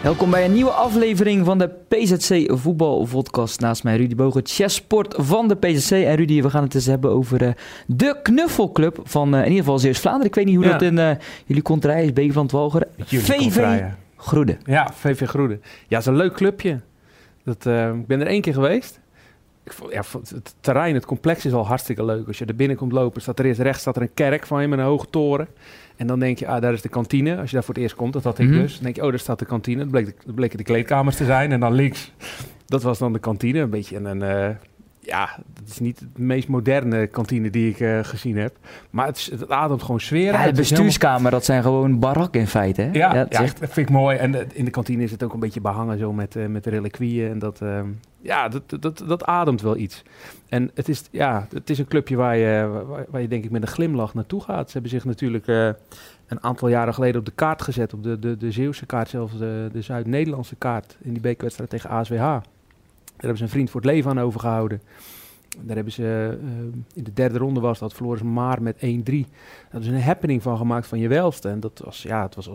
Welkom bij een nieuwe aflevering van de PZC voetbalpodcast. Naast mij Rudy Bogen, chefsport van de PZC. En Rudy, we gaan het eens hebben over de knuffelclub van in ieder geval Zeeuws-Vlaanderen. Ik weet niet hoe dat in jullie contraille is, Beverland Walcheren. VV Groede. Ja, VV Groede. Ja, het is een leuk clubje. Ik ben er 1 keer geweest. Het terrein, het complex is al hartstikke leuk. Als je er binnen komt lopen, staat er eerst rechts een kerk van je met een hoge toren. En dan denk je, daar is de kantine. Als je daar voor het eerst komt, dat had ik dus. Dan denk je, daar staat de kantine. Dat bleken de kleedkamers te zijn. En dan links, dat was dan de kantine. Een beetje dat is niet de meest moderne kantine die ik gezien heb. Maar het ademt gewoon sfeer. Ja, de bestuurskamer, dat zijn gewoon barakken in feite. Hè? Ja, dat vind ik mooi. En in de kantine is het ook een beetje behangen zo met de reliquieën. En dat ademt wel iets. En het is een clubje waar je denk ik met een glimlach naartoe gaat. Ze hebben zich natuurlijk een aantal jaren geleden op de kaart gezet. Op de Zeeuwse kaart, zelfs de Zuid-Nederlandse kaart. In die bekerwedstrijd tegen ASWH. Daar hebben ze een vriend voor het leven aan overgehouden. Daar hebben ze in de 3e ronde verloren ze maar met 1-3. Daar hebben ze een happening van gemaakt van je welste. En dat was, het was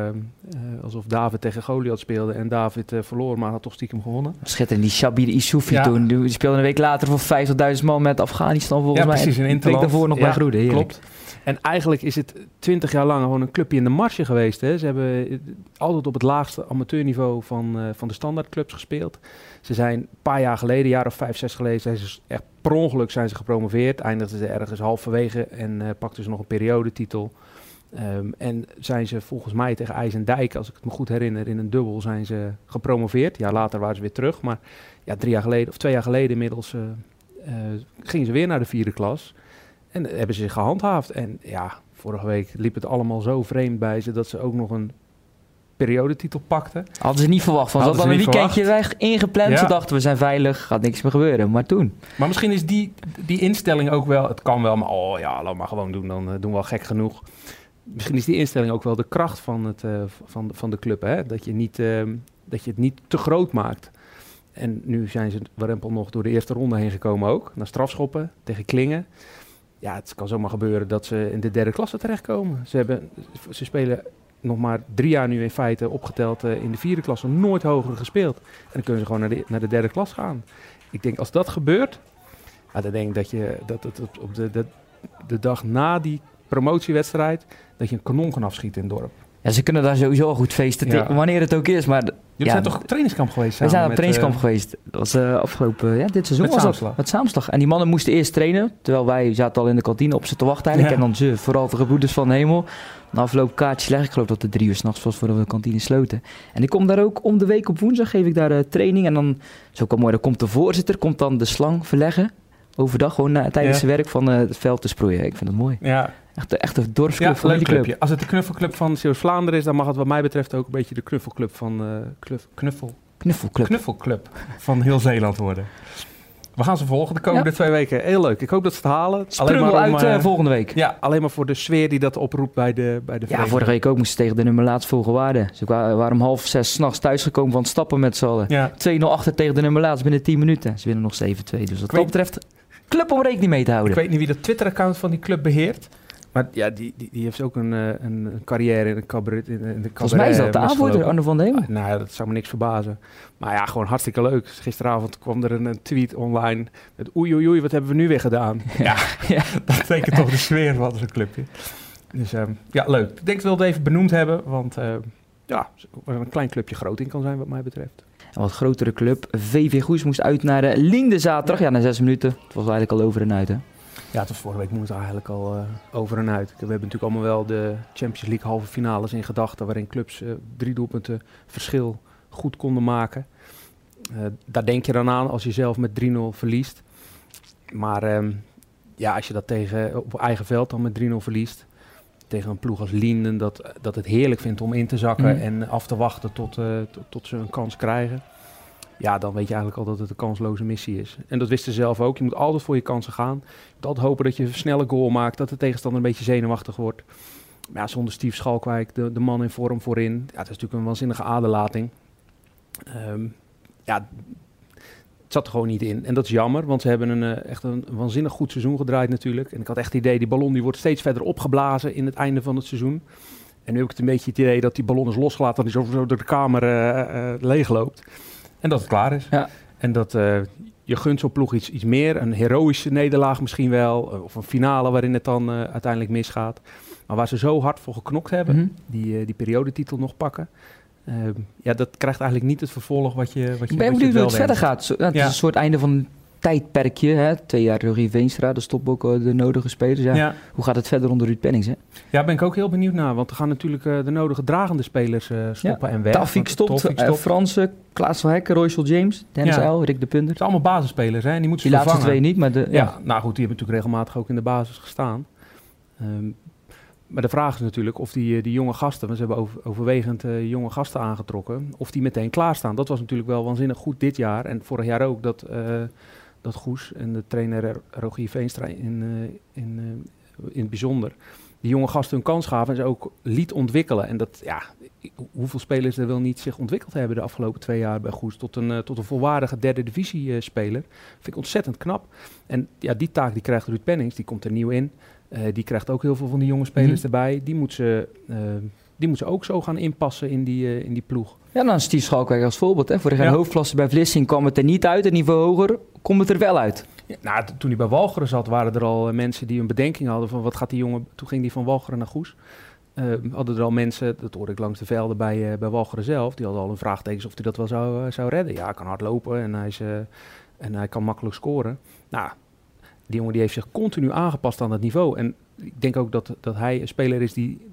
alsof David tegen Goliath speelde en David verloor, maar had toch stiekem gewonnen. Schitterend, die Shabir Isoufi toen. Die speelde een week later voor 50.000 man met Afghanistan volgens mij. Ja, precies, in Interland. Week daarvoor nog bij Groede, heerlijk. Klopt. En eigenlijk is het 20 jaar lang gewoon een clubje in de marge geweest. Hè. Ze hebben altijd op het laagste amateurniveau van de standaardclubs gespeeld. Ze zijn een paar jaar geleden, een jaar of 5, 6 geleden, zijn ze echt per ongeluk zijn ze gepromoveerd. Eindigden ze ergens halverwege en pakten ze nog een periodetitel. En zijn ze volgens mij tegen IJsendijk, als ik het me goed herinner, in een dubbel zijn ze gepromoveerd. Ja, later waren ze weer terug, maar 2 jaar geleden inmiddels gingen ze weer naar de 4e klas. En hebben ze zich gehandhaafd. En ja, vorige week liep het allemaal zo vreemd bij ze dat ze ook nog een periodetitel pakten. Hadden ze niet verwacht. Want ze hadden een weekendje weg ingepland. Ja. Ze dachten, we zijn veilig, gaat niks meer gebeuren. Maar toen. Maar misschien is die instelling ook wel, het kan wel, maar laat maar gewoon doen, dan doen we al gek genoeg. Misschien is die instelling ook wel de kracht van de club. Hè? Dat je het niet te groot maakt. En nu zijn ze warempel nog door de eerste ronde heen gekomen ook. Naar strafschoppen tegen Klingen. Ja, het kan zomaar gebeuren dat ze in de 3e klasse terechtkomen. Ze spelen nog maar 3 jaar nu in feite opgeteld in de 4e klasse. Nooit hoger gespeeld. En dan kunnen ze gewoon naar de 3e klas gaan. Ik denk als dat gebeurt, dan denk ik dat het op de dag na die promotiewedstrijd, dat je een kanon kan afschieten in het dorp. Ja, ze kunnen daar sowieso al goed feesten, wanneer het ook is. Maar jullie zijn toch op trainingskamp geweest? We zijn op trainingskamp geweest. Dat was afgelopen, dit seizoen was dat. Met Saamslag. En die mannen moesten eerst trainen, terwijl wij zaten al in de kantine op ze te wachten eigenlijk. Ja. En dan ze, vooral de gebroeders van de hemel. Na afloop kaartjes leggen. Ik geloof dat het 3 uur 's nachts was voordat we de kantine sloten. En ik kom daar ook om de week op woensdag, geef ik daar training. En dan, is ook wel mooi, dan komt de voorzitter, komt dan de slang verleggen. Overdag gewoon tijdens zijn werk van het veld te sproeien. Ik vind het mooi. Ja. Echt een dorpsclub van die club. Als het de knuffelclub van Zeeuws-Vlaanderen is, dan mag het wat mij betreft ook een beetje de knuffelclub van knuffelclub van heel Zeeland worden. We gaan ze volgen de komende 2 weken. Heel leuk. Ik hoop dat ze het halen. Sprungel uit volgende week. Ja, alleen maar voor de sfeer die dat oproept bij de vereniging. Ja, vorige week ook moesten ze tegen de nummer laatst Vogelwaarde. Ze waren om 5:30 's nachts thuisgekomen van het stappen met z'n allen. Ja. 2-0 achter tegen de nummer laatst binnen 10 minuten. Ze winnen nog 7-2. Dus wat dat betreft, club om rekening mee te houden. Ik weet niet wie dat Twitter-account van die club beheert. Maar ja, die heeft ook een carrière in een cabaret. Volgens mij is dat de aanvoerder, Arno van der Hemel. Nou ja, dat zou me niks verbazen. Maar ja, gewoon hartstikke leuk. Gisteravond kwam er een tweet online met oei, wat hebben we nu weer gedaan? Ja. Dat tekent toch de sfeer van zo'n clubje. Dus leuk. Ik denk dat we het even benoemd hebben, want een klein clubje groot in kan zijn wat mij betreft. Een wat grotere club. VV Goes moest uit naar Liende zaterdag. Ja, na 6 minuten. Het was eigenlijk al over en uit, hè? Ja, het was vorige week moest het eigenlijk al over en uit. We hebben natuurlijk allemaal wel de Champions League halve finales in gedachten, waarin clubs 3 doelpunten verschil goed konden maken. Daar denk je dan aan als je zelf met 3-0 verliest. Maar als je dat op eigen veld dan met 3-0 verliest, tegen een ploeg als Lienden, dat het heerlijk vindt om in te zakken en af te wachten tot ze een kans krijgen. Ja, dan weet je eigenlijk al dat het een kansloze missie is. En dat wisten ze zelf ook. Je moet altijd voor je kansen gaan. Je moet altijd hopen dat je een snelle goal maakt, dat de tegenstander een beetje zenuwachtig wordt. Maar ja, zonder Steve Schalkwijk, de man in vorm voorin. Ja, het is natuurlijk een waanzinnige aderlating. Het zat er gewoon niet in. En dat is jammer, want ze hebben echt een waanzinnig goed seizoen gedraaid natuurlijk. En ik had echt het idee, die ballon die wordt steeds verder opgeblazen in het einde van het seizoen. En nu heb ik een beetje het idee dat die ballon is losgelaten... en die zo door de kamer leegloopt. En dat het klaar is. Ja. En dat je gunt zo'n ploeg iets meer. Een heroïsche nederlaag misschien wel. Of een finale waarin het dan uiteindelijk misgaat. Maar waar ze zo hard voor geknokt hebben... die periodetitel nog pakken... dat krijgt eigenlijk niet het vervolg wat je Ik ben benieuwd hoe het verder gaat. Het is een soort einde van een tijdperkje. Hè? 2 jaar Rogier Veenstra, daar stoppen ook de nodige spelers. Ja. Hoe gaat het verder onder Ruud Pennings? Hè? Ja, ben ik ook heel benieuwd naar. Want er gaan natuurlijk de nodige dragende spelers stoppen en weg. Tafik stopt, Fransen, Klaas van Hekken, Royce James, Dennis Uil, Rick de Punter. Het zijn allemaal basissspelers, hè? En die moeten die laatste 2 niet, maar nou goed, die hebben natuurlijk regelmatig ook in de basis gestaan. Maar de vraag is natuurlijk of die jonge gasten, want ze hebben overwegend jonge gasten aangetrokken, of die meteen klaarstaan. Dat was natuurlijk wel waanzinnig goed dit jaar en vorig jaar ook dat Goes en de trainer Rogier Veenstra in het bijzonder die jonge gasten hun kans gaven en ze ook liet ontwikkelen. En dat, hoeveel spelers er wel niet zich ontwikkeld hebben de afgelopen 2 jaar bij Goes tot een volwaardige 3e divisie speler. Vind ik ontzettend knap. En die taak die krijgt Ruud Pennings, die komt er nieuw in. Die krijgt ook heel veel van die jonge spelers erbij. Die moet ze ook zo gaan inpassen in die ploeg. Ja, dan Steve Schalkwijk als voorbeeld. Hè. Vorig jaar hoofdklasse bij Vlissingen kwam het er niet uit. Het niveau hoger komt het er wel uit. Ja, toen hij bij Walcheren zat, waren er al mensen die een bedenking hadden van wat gaat die jongen... Toen ging hij van Walcheren naar Goes. Hadden er al mensen, dat hoorde ik langs de velden bij Walcheren zelf... die hadden al een vraagtekens of hij dat wel zou redden. Ja, hij kan hard lopen en hij kan makkelijk scoren. Nou, die jongen die heeft zich continu aangepast aan dat niveau. En ik denk ook dat hij een speler is die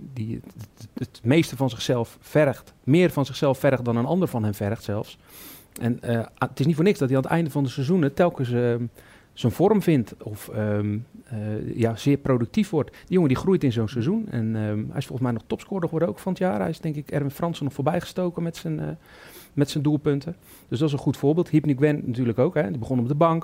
het meeste van zichzelf vergt. Meer van zichzelf vergt dan een ander van hem vergt zelfs. En het is niet voor niks dat hij aan het einde van de seizoenen telkens zijn vorm vindt of zeer productief wordt. Die jongen die groeit in zo'n seizoen en hij is volgens mij nog topscorer geworden ook van het jaar. Hij is denk ik Erwin Fransen nog voorbijgestoken met zijn doelpunten. Dus dat is een goed voorbeeld. Hypnik Gwen natuurlijk ook, hè. Die begon op de bank.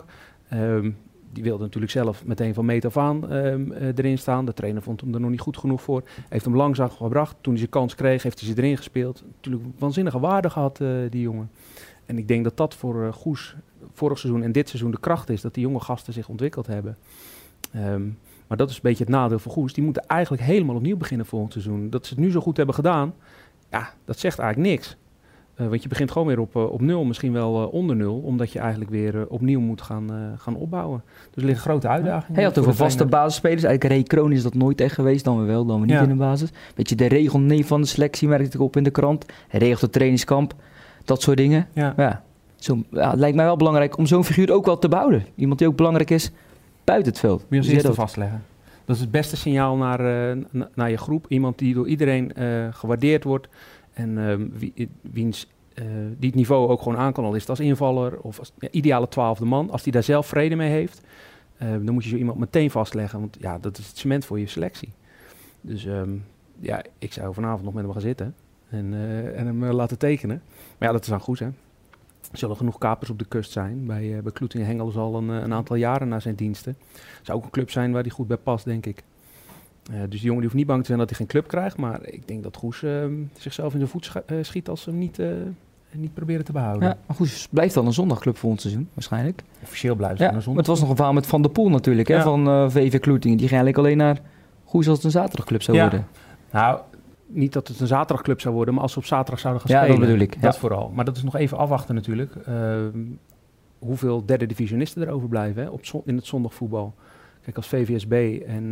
Die wilde natuurlijk zelf meteen van meet af aan erin staan. De trainer vond hem er nog niet goed genoeg voor. Heeft hem langzaam gebracht. Toen hij zijn kans kreeg, heeft hij ze erin gespeeld. Natuurlijk waanzinnige waarde gehad, die jongen. En ik denk dat voor Goes vorig seizoen en dit seizoen de kracht is... dat die jonge gasten zich ontwikkeld hebben. Maar dat is een beetje het nadeel van Goes. Die moeten eigenlijk helemaal opnieuw beginnen volgend seizoen. Dat ze het nu zo goed hebben gedaan, dat zegt eigenlijk niks. Want je begint gewoon weer op 0, misschien wel onder 0... omdat je eigenlijk weer opnieuw moet gaan opbouwen. Dus er liggen grote uitdagingen. Hij had over vaste basisspelers. Eigenlijk Ray Kroon is dat nooit echt geweest. Dan we wel, dan we niet in de basis. Beetje de regel nee van de selectie merkte ik op in de krant. Hij regelt het trainingskamp. Dat soort dingen. Het lijkt mij wel belangrijk om zo'n figuur ook wel te behouden. Iemand die ook belangrijk is buiten het veld. Moet je als eerste vastleggen. Dat is het beste signaal naar je groep. Iemand die door iedereen gewaardeerd wordt. En wiens die het niveau ook gewoon aan kan. Al is het als invaller of als ideale 12e man. Als die daar zelf vrede mee heeft. Dan moet je zo iemand meteen vastleggen. Want dat is het cement voor je selectie. Dus ik zou vanavond nog met hem gaan zitten. En hem laten tekenen. Maar dat is aan Goes, hè. Er zullen genoeg kapers op de kust zijn. Bij Kloetingen Hengel is al een aantal jaren na zijn diensten. Zou ook een club zijn waar hij goed bij past, denk ik. Dus die jongen die hoeft niet bang te zijn dat hij geen club krijgt. Maar ik denk dat Goes zichzelf in de voet schiet als ze hem niet proberen te behouden. Ja, maar Goes blijft dan een zondagclub volgend seizoen, waarschijnlijk. Officieel blijft het een zondag. Maar het was nog een verhaal met Van der Poel natuurlijk, hè, van VV Kloetingen. Die ging eigenlijk alleen naar Goes als het een zaterdagclub zou worden. Nou, niet dat het een zaterdagclub zou worden, maar als ze op zaterdag zouden gaan spelen. Ja, dat bedoel ik. Dat vooral. Maar dat is nog even afwachten natuurlijk. Hoeveel 3e divisionisten er overblijven in het zondagvoetbal. Kijk, als VVSB en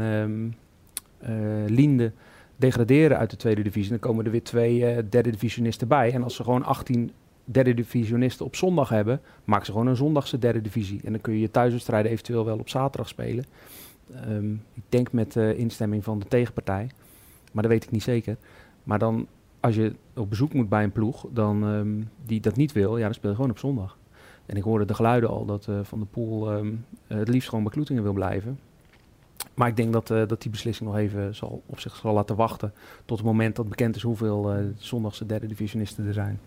Liende degraderen uit de 2e divisie, dan komen er weer 2 3e divisionisten bij. En als ze gewoon 18 3e divisionisten op zondag hebben, maken ze gewoon een zondagse 3e divisie. En dan kun je je thuiswedstrijden eventueel wel op zaterdag spelen. Ik denk met instemming van de tegenpartij. Maar dat weet ik niet zeker. Maar dan, als je op bezoek moet bij een ploeg die dat niet wil, dan speel je gewoon op zondag. En ik hoorde de geluiden al dat Van der Poel het liefst gewoon bij Kloetingen wil blijven. Maar ik denk dat die beslissing nog even op zich zal laten wachten tot het moment dat bekend is hoeveel zondagse 3e divisionisten er zijn.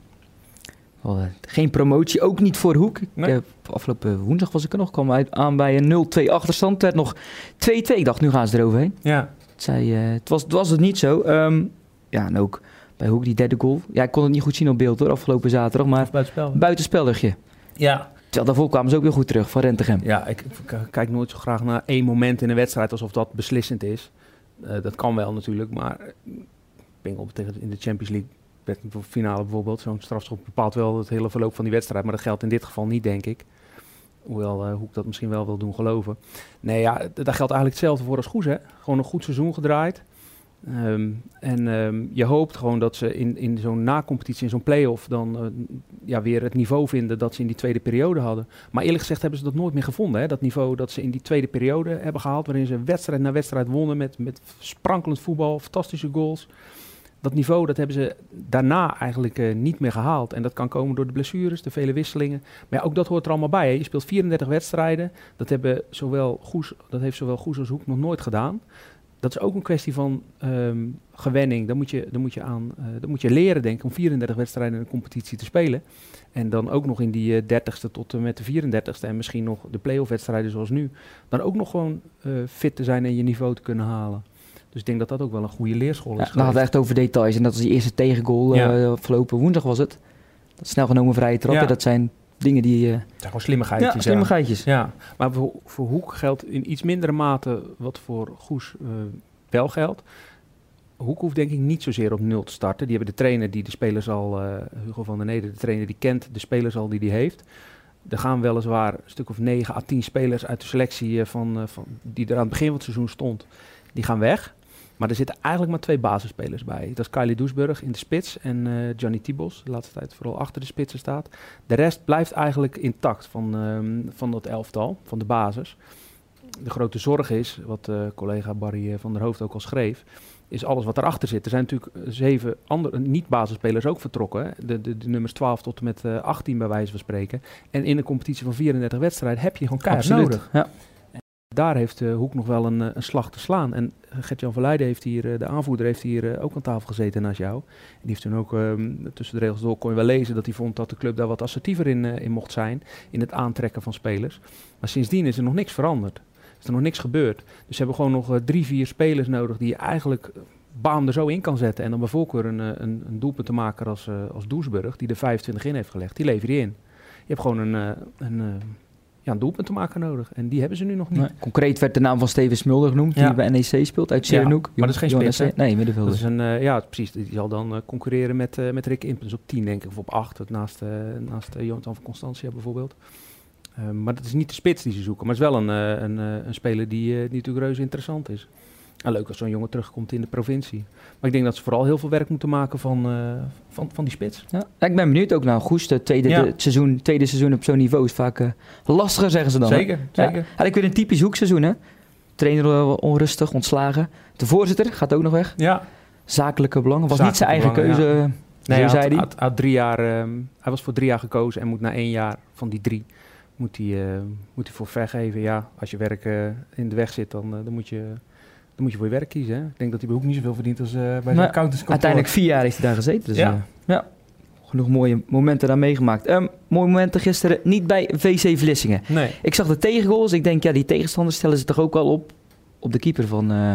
Geen promotie, ook niet voor Hoek. Nee. Afgelopen woensdag was ik er nog, kwam aan bij een 0-2 achterstand. Het werd nog 2-2. Ik dacht, nu gaan ze eroverheen. Ja. Het was het niet zo. En ook bij Hoek die 3e goal. Ja, ik kon het niet goed zien op beeld hoor, afgelopen zaterdag. Maar buitenspelligje. Ja. Terwijl daarvoor kwamen ze ook weer goed terug van Rentegem. Ja, ik kijk nooit zo graag naar 1 moment in een wedstrijd alsof dat beslissend is. Dat kan wel natuurlijk, maar Spengel in de Champions League finale bijvoorbeeld. Zo'n strafschop bepaalt wel het hele verloop van die wedstrijd. Maar dat geldt in dit geval niet, denk ik. Hoewel Hoek dat misschien wel wil doen geloven. Nee, ja, daar geldt eigenlijk hetzelfde voor als Goes, hè. Gewoon een goed seizoen gedraaid. Je hoopt gewoon dat ze in zo'n na-competitie, in zo'n play-off, dan weer het niveau vinden dat ze in die tweede periode hadden. Maar eerlijk gezegd hebben ze dat nooit meer gevonden. Hè? Dat niveau dat ze in die tweede periode hebben gehaald, waarin ze wedstrijd na wedstrijd wonnen met sprankelend voetbal, fantastische goals. Dat niveau, dat hebben ze daarna eigenlijk niet meer gehaald. En dat kan komen door de blessures, de vele wisselingen. Maar ja, ook dat hoort er allemaal bij. Hè? Je speelt 34 wedstrijden. Dat heeft zowel Goes als Hoek nog nooit gedaan. Dat is ook een kwestie van gewenning. Dan moet je leren, denk ik, om 34 wedstrijden in een competitie te spelen. En dan ook nog in die 30ste tot en met de 34ste. En misschien nog de play-off wedstrijden zoals nu. Dan ook nog gewoon fit te zijn en je niveau te kunnen halen. Dus ik denk dat dat ook wel een goede leerschool is. Dan gaat het echt over details. En dat is die eerste tegengoal afgelopen woensdag was het. Dat snel genomen vrije trap. Ja. Dat zijn dingen die... Het zijn gewoon slimmigheidjes. Ja, slimmigheidjes. Ja. Maar voor Hoek geldt in iets mindere mate wat voor Goes wel geldt. Hoek hoeft denk ik niet zozeer op 0 te starten. Die hebben de trainer die de spelers al... Hugo van der Neder, de trainer die kent de spelers al die hij heeft. Er gaan weliswaar een stuk of 9 à 10 spelers uit de selectie die er aan het begin van het seizoen stond. Die gaan weg. Maar er zitten eigenlijk maar 2 basisspelers bij. Dat is Kylie Doesburg in de spits en Gianni Tibos, de laatste tijd vooral achter de spitsen staat. De rest blijft eigenlijk intact van dat elftal, van de basis. De grote zorg is, wat collega Barry van der Hoofd ook al schreef, is alles wat erachter zit. Er zijn natuurlijk 7 andere niet-basisspelers ook vertrokken. De nummers 12 tot en met 18 bij wijze van spreken. En in een competitie van 34 wedstrijden heb je gewoon keihard nodig. Ja. Daar heeft Hoek nog wel een slag te slaan. En Gert-Jan Verleijden heeft hier, de aanvoerder, heeft hier ook aan tafel gezeten naast jou. En die heeft toen ook, tussen de regels door, kon je wel lezen dat hij vond dat de club daar wat assertiever in mocht zijn. In het aantrekken van spelers. Maar sindsdien is er nog niks veranderd. Is er nog niks gebeurd. Dus ze hebben gewoon nog 3-4 spelers nodig die je eigenlijk bam er zo in kan zetten. En dan bij voorkeur een doelpunt te maken als Doesburg, die er 25 in heeft gelegd. Die lever je in. Je hebt gewoon een doelpunt te maken nodig. En die hebben ze nu nog niet. Nee. Concreet werd de naam van Steven Smulder genoemd, die bij NEC speelt, uit Sihanouk. Maar dat is geen spits, hè? Nee, middenvelder. Dat is precies. Die zal dan concurreren met Rick Impens op 10, denk ik. Of op 8, naast Jonathan van Constantia bijvoorbeeld. Maar dat is niet de spits die ze zoeken. Maar het is wel een speler die natuurlijk reuze interessant is. En leuk als zo'n jongen terugkomt in de provincie. Maar ik denk dat ze vooral heel veel werk moeten maken van die spits. Ja, ik ben benieuwd ook naar Goes. Het tweede seizoen op zo'n niveau is vaak lastiger, zeggen ze dan. Zeker. Eigenlijk weer een typisch Hoekseizoen, hè? Trainer onrustig, ontslagen. De voorzitter gaat ook nog weg. Ja. Voor belangen. Was niet zijn eigen keuze, zei hij. Hij had 3 jaar, hij was voor 3 jaar gekozen en moet na 1 jaar van die 3... Moet hij voor vergeven. Ja, als je werk in de weg zit, dan moet je voor je werk kiezen. Hè? Ik denk dat hij bij Hoek niet zoveel verdient als bij zijn accountantskantoor. Uiteindelijk 4 jaar heeft hij daar gezeten. Dus genoeg mooie momenten daar meegemaakt. Mooie momenten gisteren niet bij VC Vlissingen. Nee. Ik zag de tegengoals. Ik denk, die tegenstanders stellen ze toch ook al op de keeper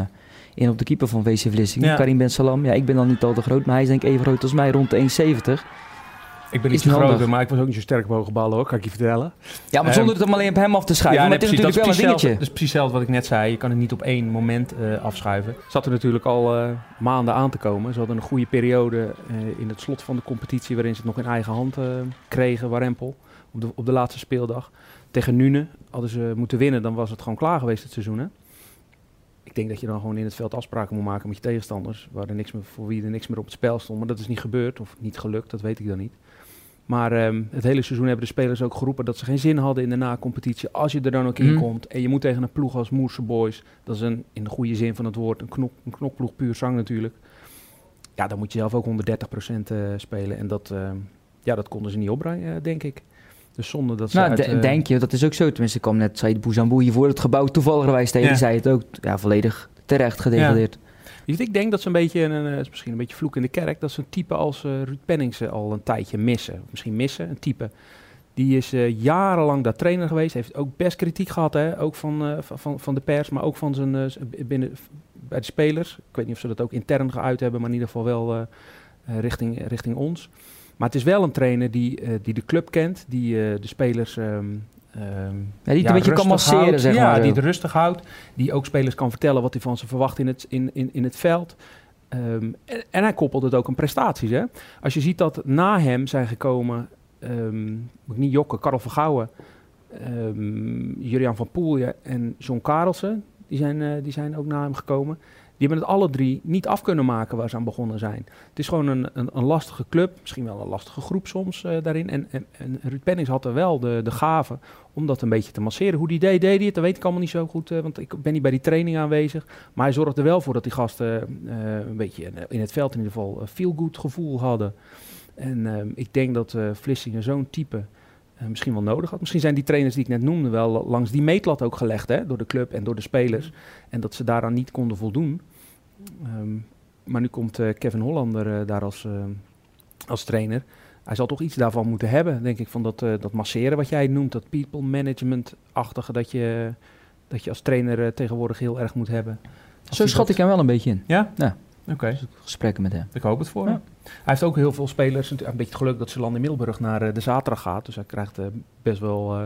van VC Vlissingen. Ja. Karim Ben Salam. Ja, ik ben dan niet al te groot, maar hij is denk ik even groot als mij, rond de 1,70. Ik ben iets groter, maar ik was ook niet zo sterk op hoge ballen, hoor, kan ik je vertellen. Ja, maar zonder het hem alleen op hem af te schuiven. Maar het is natuurlijk wel een dingetje. Dat is precies hetzelfde wat ik net zei. Je kan het niet op 1 moment afschuiven. Het zat er natuurlijk al maanden aan te komen. Ze hadden een goede periode in het slot van de competitie, waarin ze het nog in eigen hand kregen, Warempel, op de laatste speeldag. Tegen Nune hadden ze moeten winnen, dan was het gewoon klaar geweest het seizoen, hè? Ik denk dat je dan gewoon in het veld afspraken moet maken met je tegenstanders, voor wie er niks meer op het spel stond. Maar dat is niet gebeurd of niet gelukt, dat weet ik dan niet. Maar het hele seizoen hebben de spelers ook geroepen dat ze geen zin hadden in de na-competitie. Als je er dan ook in komt en je moet tegen een ploeg als Moerse Boys, dat is in de goede zin van het woord een knokploeg puur zang natuurlijk. Ja, dan moet je zelf ook 130% spelen. En dat konden ze niet opbrengen, denk ik. Dus zonder dat ze denk je, dat is ook zo. Tenminste, ik kwam net Said Bouzambou hier voor het gebouw toevallig tegen. Die zei het ook volledig terecht gedegradeerd. Ja. Ik denk dat ze misschien een beetje vloek in de kerk, dat ze een type als Ruud Penningse al een tijdje missen. Misschien een type. Die is jarenlang daar trainer geweest, heeft ook best kritiek gehad, hè? Ook van de pers, maar ook van bij de spelers. Ik weet niet of ze dat ook intern geuit hebben, maar in ieder geval wel richting ons. Maar het is wel een trainer die de club kent, die de spelers die het een beetje kan masseren, zeg maar. Ja, die het rustig houdt. Die ook spelers kan vertellen wat hij van ze verwacht in het veld. En hij koppelt het ook aan prestaties. Hè? Als je ziet dat na hem zijn gekomen, moet ik niet jokken, Karel Vergouwen, Juriaan van Poelje en John Karelsen, die zijn ook na hem gekomen. Die hebben het alle 3 niet af kunnen maken waar ze aan begonnen zijn. Het is gewoon een lastige club, misschien wel een lastige groep soms daarin. En Ruud Pennings had er wel de gave om dat een beetje te masseren. Hoe die deed hij het, dat weet ik allemaal niet zo goed, want ik ben niet bij die training aanwezig. Maar hij zorgde er wel voor dat die gasten een beetje in het veld in ieder geval een feel-good gevoel hadden. En ik denk dat Vlissingen zo'n type misschien wel nodig had. Misschien zijn die trainers die ik net noemde wel langs die meetlat ook gelegd, hè, door de club en door de spelers. En dat ze daaraan niet konden voldoen. Maar nu komt Kevin Hollander daar als trainer. Hij zal toch iets daarvan moeten hebben, denk ik, van dat masseren wat jij noemt, dat people management-achtige, dat je als trainer tegenwoordig heel erg moet hebben. Zo schat ik hem wel een beetje in. Ja? Ja. Oké. Gesprekken met hem. Ik hoop het voor hem. Hij heeft ook heel veel spelers. Een beetje het geluk dat Zeeland in Middelburg naar de zaterdag gaat. Dus hij krijgt best wel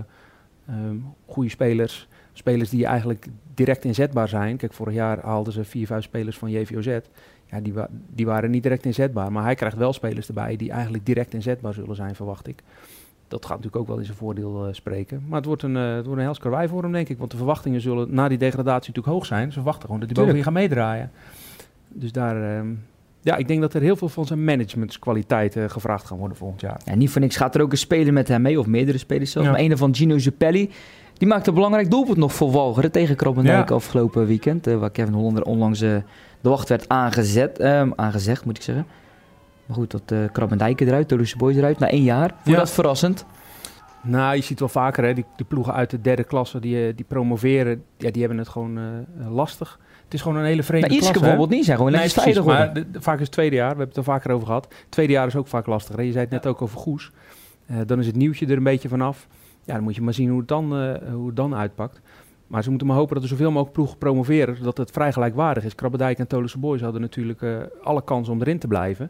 goede spelers. Spelers die eigenlijk direct inzetbaar zijn. Kijk, vorig jaar haalden ze 4-5 spelers van JVOZ. Ja, die waren niet direct inzetbaar. Maar hij krijgt wel spelers erbij die eigenlijk direct inzetbaar zullen zijn, verwacht ik. Dat gaat natuurlijk ook wel in zijn voordeel spreken. Maar het wordt een hels karwei voor hem, denk ik. Want de verwachtingen zullen na die degradatie natuurlijk hoog zijn. Ze verwachten gewoon dat hij bovenin gaat meedraaien. Dus daar... ik denk dat er heel veel van zijn managementskwaliteiten gevraagd gaan worden volgend jaar. Ja, niet voor niks gaat er ook een speler met hem mee, of meerdere spelers zelfs. Maar een van Gino Zuppelli, die maakte een belangrijk doelpunt nog voor Walcheren tegen Krabbendijk afgelopen weekend. Waar Kevin Hollander onlangs de wacht werd aangezegd, moet ik zeggen. Maar goed, dat Krabbendijk eruit, Toulouse Boys eruit, na 1 jaar. Vond dat verrassend? Nou, je ziet wel vaker, hè, die ploegen uit de 3e klasse die promoveren, ja, die hebben het gewoon lastig. Het is gewoon een hele vreemde klasse. Maar bijvoorbeeld niet, zijn gewoon lekker strijdig worden. Maar vaak is het tweede jaar, we hebben het er vaker over gehad. Tweede jaar is ook vaak lastiger. Je zei het net ook over Goes. Dan is het nieuwtje er een beetje vanaf. Ja, dan moet je maar zien hoe het dan uitpakt. Maar ze moeten maar hopen dat er zoveel mogelijk ploegen promoveren, zodat het vrij gelijkwaardig is. Krabbendijk en Toulouse Boys hadden natuurlijk alle kans om erin te blijven.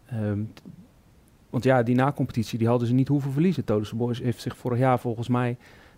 Want ja, die na-competitie die hadden ze niet hoeven verliezen. Toulouse Boys heeft zich vorig jaar volgens mij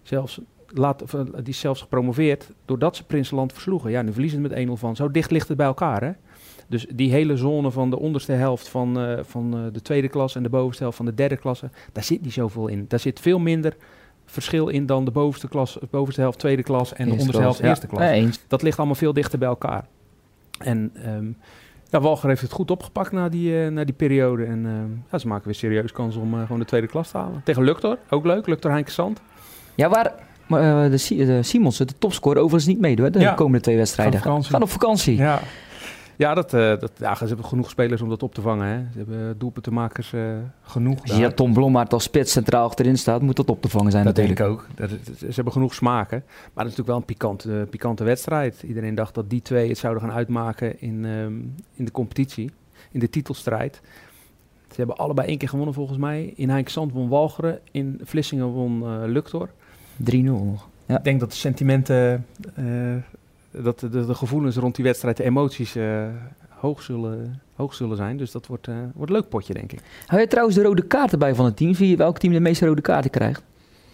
die is zelfs gepromoveerd doordat ze Prinsenland versloegen. Ja, nu verliezen ze met 1-0 van. Zo dicht ligt het bij elkaar, hè? Dus die hele zone van de onderste helft van de 2e klasse en de bovenste helft van de 3e klasse, daar zit niet zoveel in. Daar zit veel minder verschil in dan de bovenste helft 2e klas en de onderste helft 1e klas. Ja, dat ligt allemaal veel dichter bij elkaar. En Walcheren heeft het goed opgepakt na die periode. En ze maken weer serieus kans om gewoon de 2e klas te halen. Tegen Luctor, ook leuk. Luctor Heinkensand. Ja, waar de Simonsen, de topscorer, overigens niet meedoen de komende 2 wedstrijden. Gaan op vakantie. Ja, ze hebben genoeg spelers om dat op te vangen. Hè. Ze hebben doelpuntenmakers genoeg. Als je Tom Blommaert als spits centraal achterin staat, moet dat op te vangen zijn. Dat natuurlijk. Denk ik ook. Ze hebben genoeg smaken. Maar het is natuurlijk wel een pikante wedstrijd. Iedereen dacht dat die 2 het zouden gaan uitmaken in de competitie, in de titelstrijd. Ze hebben allebei 1 keer gewonnen volgens mij. In Heinkensand won Walcheren, in Vlissingen won Luctor. 3-0 nog. Ja. Ik denk dat de sentimenten, dat de gevoelens rond die wedstrijd, de emoties hoog zullen zijn. Dus dat wordt een leuk potje, denk ik. Hou je trouwens de rode kaarten bij van het team? Zie je welk team de meeste rode kaarten krijgt?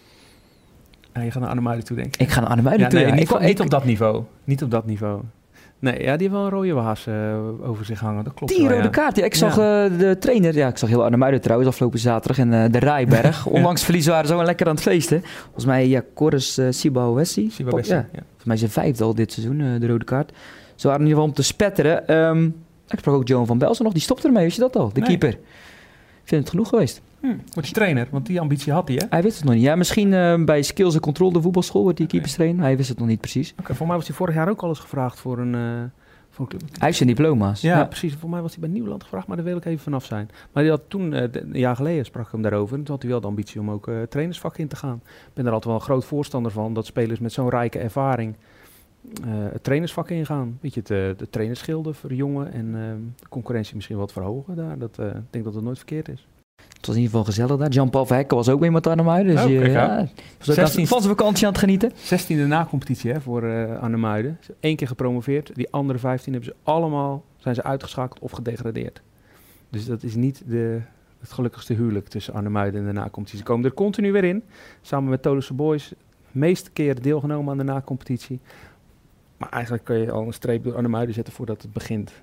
Je gaat naar Arnhemuiden toe, denk ik. Ik ga naar Arnhemuiden toe. Nee, niet op dat niveau. Niet op dat niveau. Nee, ja, die hebben wel een rode waas over zich hangen. Dat klopt. 10 rode kaarten. Ik zag de trainer. Ja, ik zag heel Arnhemuiden trouwens afgelopen zaterdag in de Rijberg. Ondanks verlies waren ze zo lekker aan het feesten. Volgens mij, Corus Sibawessi. Volgens mij zijn 5e al dit seizoen, de rode kaart. Ze waren in ieder geval om te spetteren. Ik sprak ook Johan van Belsen nog. Die stopte ermee, weet je dat al? De keeper. Ik vind het genoeg geweest. Wordt je trainer? Want die ambitie had hij, hè? Hij wist het nog niet. Ja, misschien bij Skills en Control, de voetbalschool, wordt hij keeperstrainer. Hij wist het nog niet precies. Voor mij was hij vorig jaar ook al eens gevraagd voor een club. Hij heeft zijn diploma's. Ja, precies. Voor mij was hij bij Nieuwland gevraagd, maar daar wil ik even vanaf zijn. Maar die had toen, een jaar geleden sprak ik hem daarover. En toen had hij wel de ambitie om ook trainersvak in te gaan. Ik ben er altijd wel een groot voorstander van, dat spelers met zo'n rijke ervaring het trainersvak ingaan. Weet je, de trainerschilden verjongen en de concurrentie misschien wat verhogen daar. Ik denk dat het nooit verkeerd is. Het was in ieder geval gezellig daar. Jean-Paul Verhekken was ook mee met Arnhemuiden. Dus was ook van zijn vakantie aan het genieten. 16e na-competitie voor Arnhemuiden. 1 keer gepromoveerd. Die andere 15 zijn ze uitgeschakeld of gedegradeerd. Dus dat is niet het gelukkigste huwelijk tussen Arnhemuiden en de na-competitie. Ze komen er continu weer in. Samen met Toulouse Boys. De meeste keren deelgenomen aan de na-competitie. Maar eigenlijk kun je al een streep door Arnhemuiden zetten voordat het begint.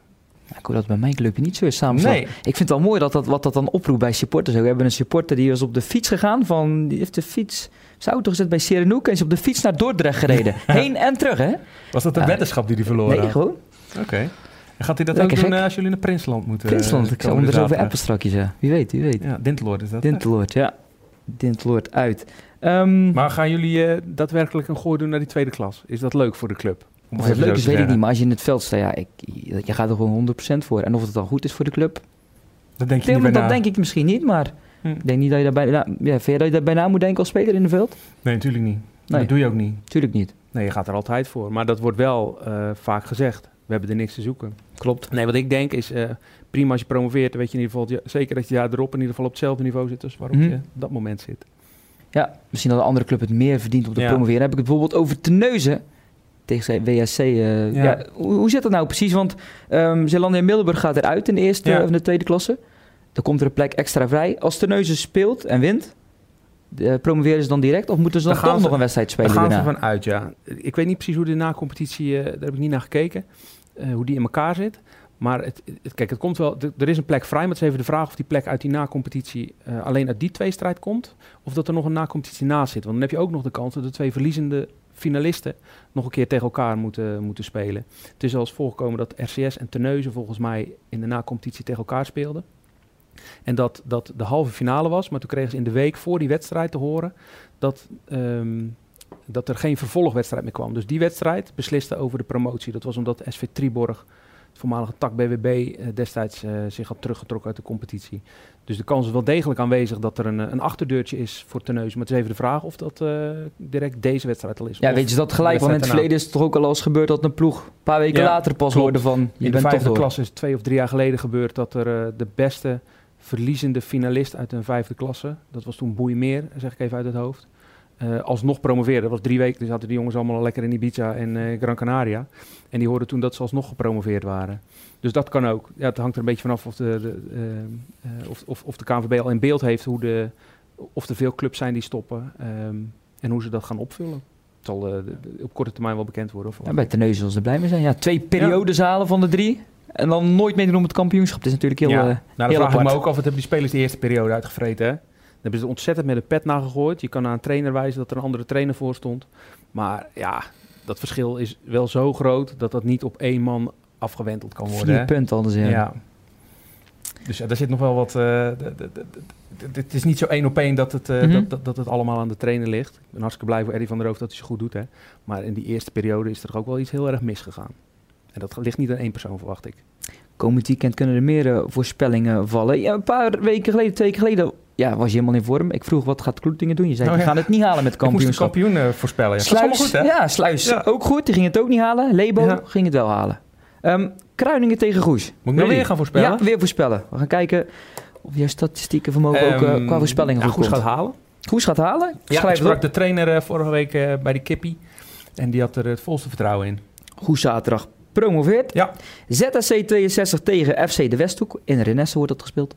Ik hoor dat bij mijn clubje niet zo is samen. Nee. Ik vind het wel mooi wat dat dan oproept bij supporters. We hebben een supporter die was op de fiets gegaan. Die heeft de fiets, zijn auto gezet bij Sierenoek en is op de fiets naar Dordrecht gereden. Heen en terug, hè? Was dat een weddenschap die hij verloren had? Nee, gewoon. Oké. En gaat hij dat ook doen als jullie naar Prinsland moeten? Prinsland, ik zal hem er zo over appen strakjes, ja. Wie weet. Ja, Dinteloord is dat. Dinteloord, ja. Dinteloord uit. Maar gaan jullie daadwerkelijk een gooi doen naar die tweede klas? Is dat leuk voor de club? Of het leuk is, weet ik niet. Maar als je in het veld staat, je gaat er gewoon 100% voor. En of het dan goed is voor de club? Dat denk je niet bij na. Dat denk ik misschien niet, maar ik denk niet dat je daarbij... vind je dat je daarbij na moet denken als speler in het veld? Nee, natuurlijk niet. Nee. Dat doe je ook niet. Tuurlijk niet. Nee, je gaat er altijd voor. Maar dat wordt wel vaak gezegd. We hebben er niks te zoeken. Klopt. Nee, wat ik denk is, prima als je promoveert, dan weet je in ieder geval, zeker dat je daar erop in ieder geval op hetzelfde niveau zit als waarop je op dat moment zit. Ja, misschien dat de andere club het meer verdient om te promoveren. Dan heb ik het bijvoorbeeld over Terneuzen tegen WSC. Hoe zit dat nou precies? Want Zeelandia en Middelburg gaat eruit in de eerste of de tweede klasse. Dan komt er een plek extra vrij. Als Terneuzen speelt en wint, promoveren ze dan direct? Of moeten ze dan toch nog een wedstrijd spelen? Daar gaan ze van uit, ja. Ik weet niet precies hoe de na-competitie, daar heb ik niet naar gekeken, hoe die in elkaar zit. Maar kijk, het komt wel, er is een plek vrij, maar het is even de vraag of die plek uit die na-competitie alleen uit die tweestrijd komt, of dat er nog een na-competitie naast zit. Want dan heb je ook nog de kans dat de twee verliezende finalisten nog een keer tegen elkaar moeten spelen. Het is al eens voorgekomen dat RCS en Terneuzen volgens mij in de na-competitie tegen elkaar speelden. En dat de halve finale was, maar toen kregen ze in de week voor die wedstrijd te horen dat er geen vervolgwedstrijd meer kwam. Dus die wedstrijd besliste over de promotie. Dat was omdat SV Triborg, het voormalige tak BWB, destijds zich had teruggetrokken uit de competitie. Dus de kans is wel degelijk aanwezig dat er een achterdeurtje is voor Terneuzen. Maar het is even de vraag of dat direct deze wedstrijd al is. Ja, weet je dat gelijk? Want in het verleden is het toch ook al eens gebeurd dat een ploeg een paar weken later pas hoorde van... In de vijfde klasse is 2 of 3 jaar geleden gebeurd dat er de beste verliezende finalist uit een vijfde klasse, dat was toen Boeimeer, zeg ik even uit het hoofd, alsnog promoveerde. Dat was 3 weken, dus zaten die jongens allemaal lekker in Ibiza en Gran Canaria. En die hoorden toen dat ze alsnog gepromoveerd waren. Dus dat kan ook. Ja, het hangt er een beetje vanaf of de KNVB al in beeld heeft of er veel clubs zijn die stoppen en hoe ze dat gaan opvullen. Het zal op korte termijn wel bekend worden. Ja, bij Terneuzen zullen ze er blij mee zijn. Ja, 2 periodes halen van de 3. En dan nooit meedoen om het kampioenschap. Dat is natuurlijk heel nou, dan heel vraag ik me ook af, wat hebben die spelers de eerste periode uitgevreten, hè? Dan hebben ze ontzettend met de pet nagegooid. Je kan aan een trainer wijzen dat er een andere trainer voor stond. Maar ja, dat verschil is wel zo groot dat niet op 1 man afgewenteld kan worden. 4 punten anders, ja. Dus daar zit nog wel wat... Het is niet zo 1 op 1 dat het allemaal aan de trainer ligt. Ik ben hartstikke blij voor Eddie van der Hoof dat hij zo goed doet, hè. Maar in die eerste periode is er ook wel iets heel erg misgegaan. En dat ligt niet aan 1 persoon, verwacht ik. Komend weekend kunnen er meer voorspellingen vallen. Ja, een paar weken geleden, 2 weken geleden, was je helemaal in vorm. Ik vroeg, wat gaat Kloetingen doen? Je zei, we gaan het niet halen met het kampioenschap. Ik moest de kampioen voorspellen. Ja. Sluis, goed, hè? Ja, Sluis ook goed. Die ging het ook niet halen. Lebo ging het wel halen. Kruiningen tegen Goes. Moet ik nog weer gaan voorspellen? Ja, weer voorspellen. We gaan kijken of jouw statistieke vermogen ook qua voorspellingen goed Goes gaat halen. Goes gaat halen? Ja, ik sprak de trainer vorige week bij die Kippie. En die had er het volste vertrouwen in. Goes zaterdag promoveert. Ja. ZSC 62 tegen FC de Westhoek. In Renesse wordt dat gespeeld.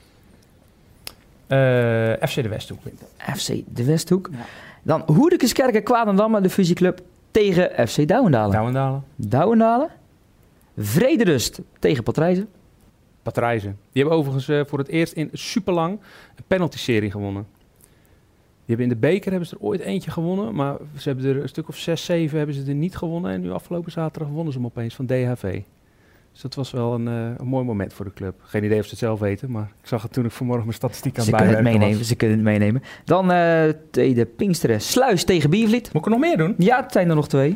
FC de Westhoek wint. FC de Westhoek. Ja. Dan Hoedekeskerken Kwadendamme, de fusieclub, tegen FC Douwendalen. Douwendalen. Vrederust tegen Patrijzen. Die hebben overigens voor het eerst in superlang een penalty-serie gewonnen. Die hebben in de beker hebben ze er ooit eentje gewonnen, maar ze hebben er een stuk of 6, 7 hebben ze er niet gewonnen. En nu afgelopen zaterdag wonnen ze hem opeens van DHV. Dus dat was wel een mooi moment voor de club. Geen idee of ze het zelf weten, maar ik zag het toen ik vanmorgen mijn statistiek aan het bijwerken was. Ze kunnen het meenemen. Dan de Pinksteren Sluis tegen Biervliet. Moet ik er nog meer doen? Ja, het zijn er nog 2.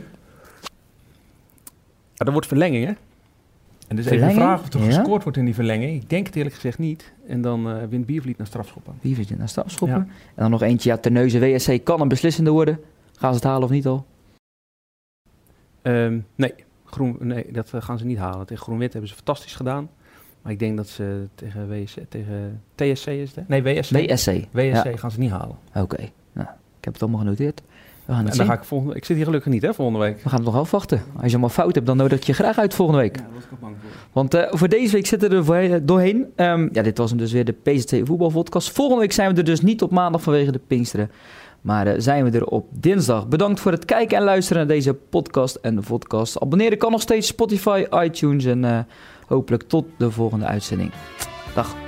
Er wordt verlenging, hè? En dus even de vraag of er gescoord wordt in die verlenging. Ik denk het eerlijk gezegd niet. En dan wint Biervliet naar strafschoppen. Biervliet naar strafschoppen. Ja. En dan nog eentje, ja, Terneuzen WSC kan een beslissende worden. Gaan ze het halen of niet al? Nee, dat gaan ze niet halen. Tegen Groen-Wit hebben ze fantastisch gedaan. Maar ik denk dat ze tegen TSC is het? Nee, WSC gaan ze niet halen. Oké. Nou, ik heb het allemaal genoteerd. En dan ga ik zit hier gelukkig niet, hè, volgende week. We gaan het nog afwachten. Als je allemaal fout hebt, dan nodig ik je graag uit volgende week. Ja, daar was ik al bang voor. Want voor deze week zitten we er doorheen. Dit was hem dus weer de PZT voetbalpodcast. Volgende week zijn we er dus niet op maandag vanwege de Pinksteren. Maar zijn we er op dinsdag. Bedankt voor het kijken en luisteren naar deze podcast en de podcast. Abonneren kan nog steeds Spotify, iTunes en hopelijk tot de volgende uitzending. Dag.